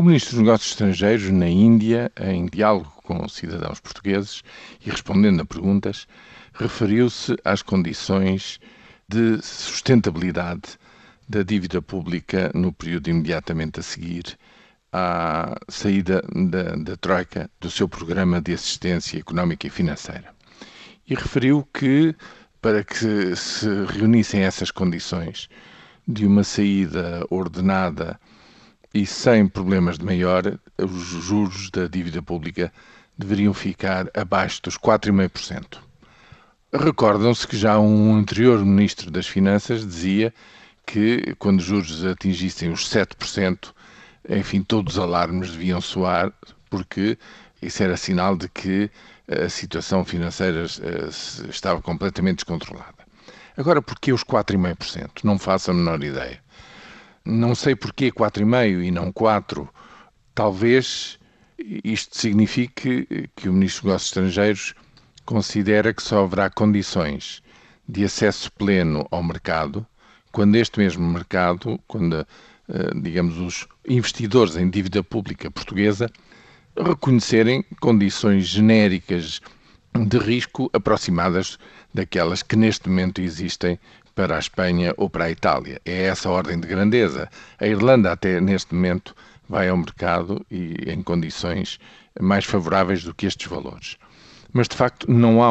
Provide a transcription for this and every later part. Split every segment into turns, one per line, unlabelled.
O Ministro dos Negócios Estrangeiros, na Índia, em diálogo com cidadãos portugueses e respondendo a perguntas, referiu-se às condições de sustentabilidade da dívida pública no período imediatamente a seguir à saída da Troika do seu programa de assistência económica e financeira. E referiu que, para que se reunissem essas condições de uma saída ordenada e sem problemas de maior, os juros da dívida pública deveriam ficar abaixo dos 4,5%. Recordam-se que já um anterior Ministro das Finanças dizia que, quando os juros atingissem os 7%, enfim, todos os alarmes deviam soar, porque isso era sinal de que a situação financeira estava completamente descontrolada. Agora, porquê os 4,5%? Não faço a menor ideia. Não sei porquê 4,5% e não 4%. Talvez isto signifique que o Ministro dos Negócios Estrangeiros considera que só haverá condições de acesso pleno ao mercado quando este mesmo mercado, quando, digamos, os investidores em dívida pública portuguesa reconhecerem condições genéricas de risco aproximadas daquelas que neste momento existem para a Espanha ou para a Itália. É essa a ordem de grandeza. A Irlanda até neste momento vai ao mercado e em condições mais favoráveis do que estes valores. Mas de facto não há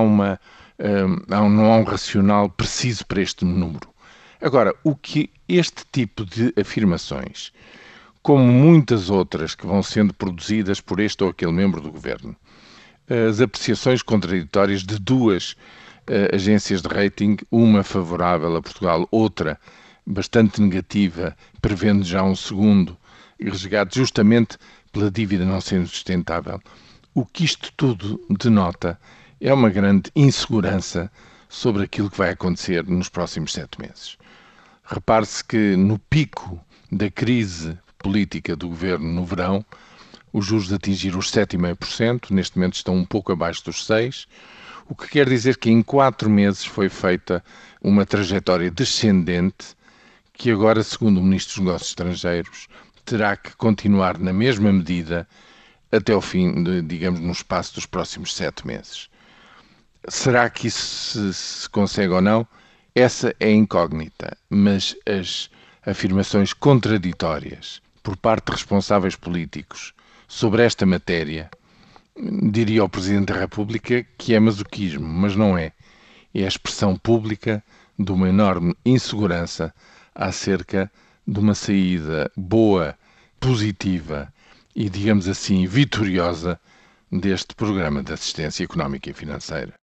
um racional preciso para este número. Agora, o que este tipo de afirmações, como muitas outras que vão sendo produzidas por este ou aquele membro do governo, as apreciações contraditórias de duas agências de rating, uma favorável a Portugal, outra bastante negativa, prevendo já um segundo resgate justamente pela dívida não sendo sustentável. O que isto tudo denota é uma grande insegurança sobre aquilo que vai acontecer nos próximos 7 meses. Repare-se que no pico da crise política do governo no verão, os juros atingiram os 7,5%, neste momento estão um pouco abaixo dos 6%, o que quer dizer que em 4 meses foi feita uma trajetória descendente que agora, segundo o Ministro dos Negócios Estrangeiros, terá que continuar na mesma medida até ao fim, digamos, no espaço dos próximos 7 meses. Será que isso se consegue ou não? Essa é incógnita, mas as afirmações contraditórias por parte de responsáveis políticos sobre esta matéria, diria ao Presidente da República que é masoquismo, mas não é. É a expressão pública de uma enorme insegurança acerca de uma saída boa, positiva e, digamos assim, vitoriosa deste programa de assistência económica e financeira.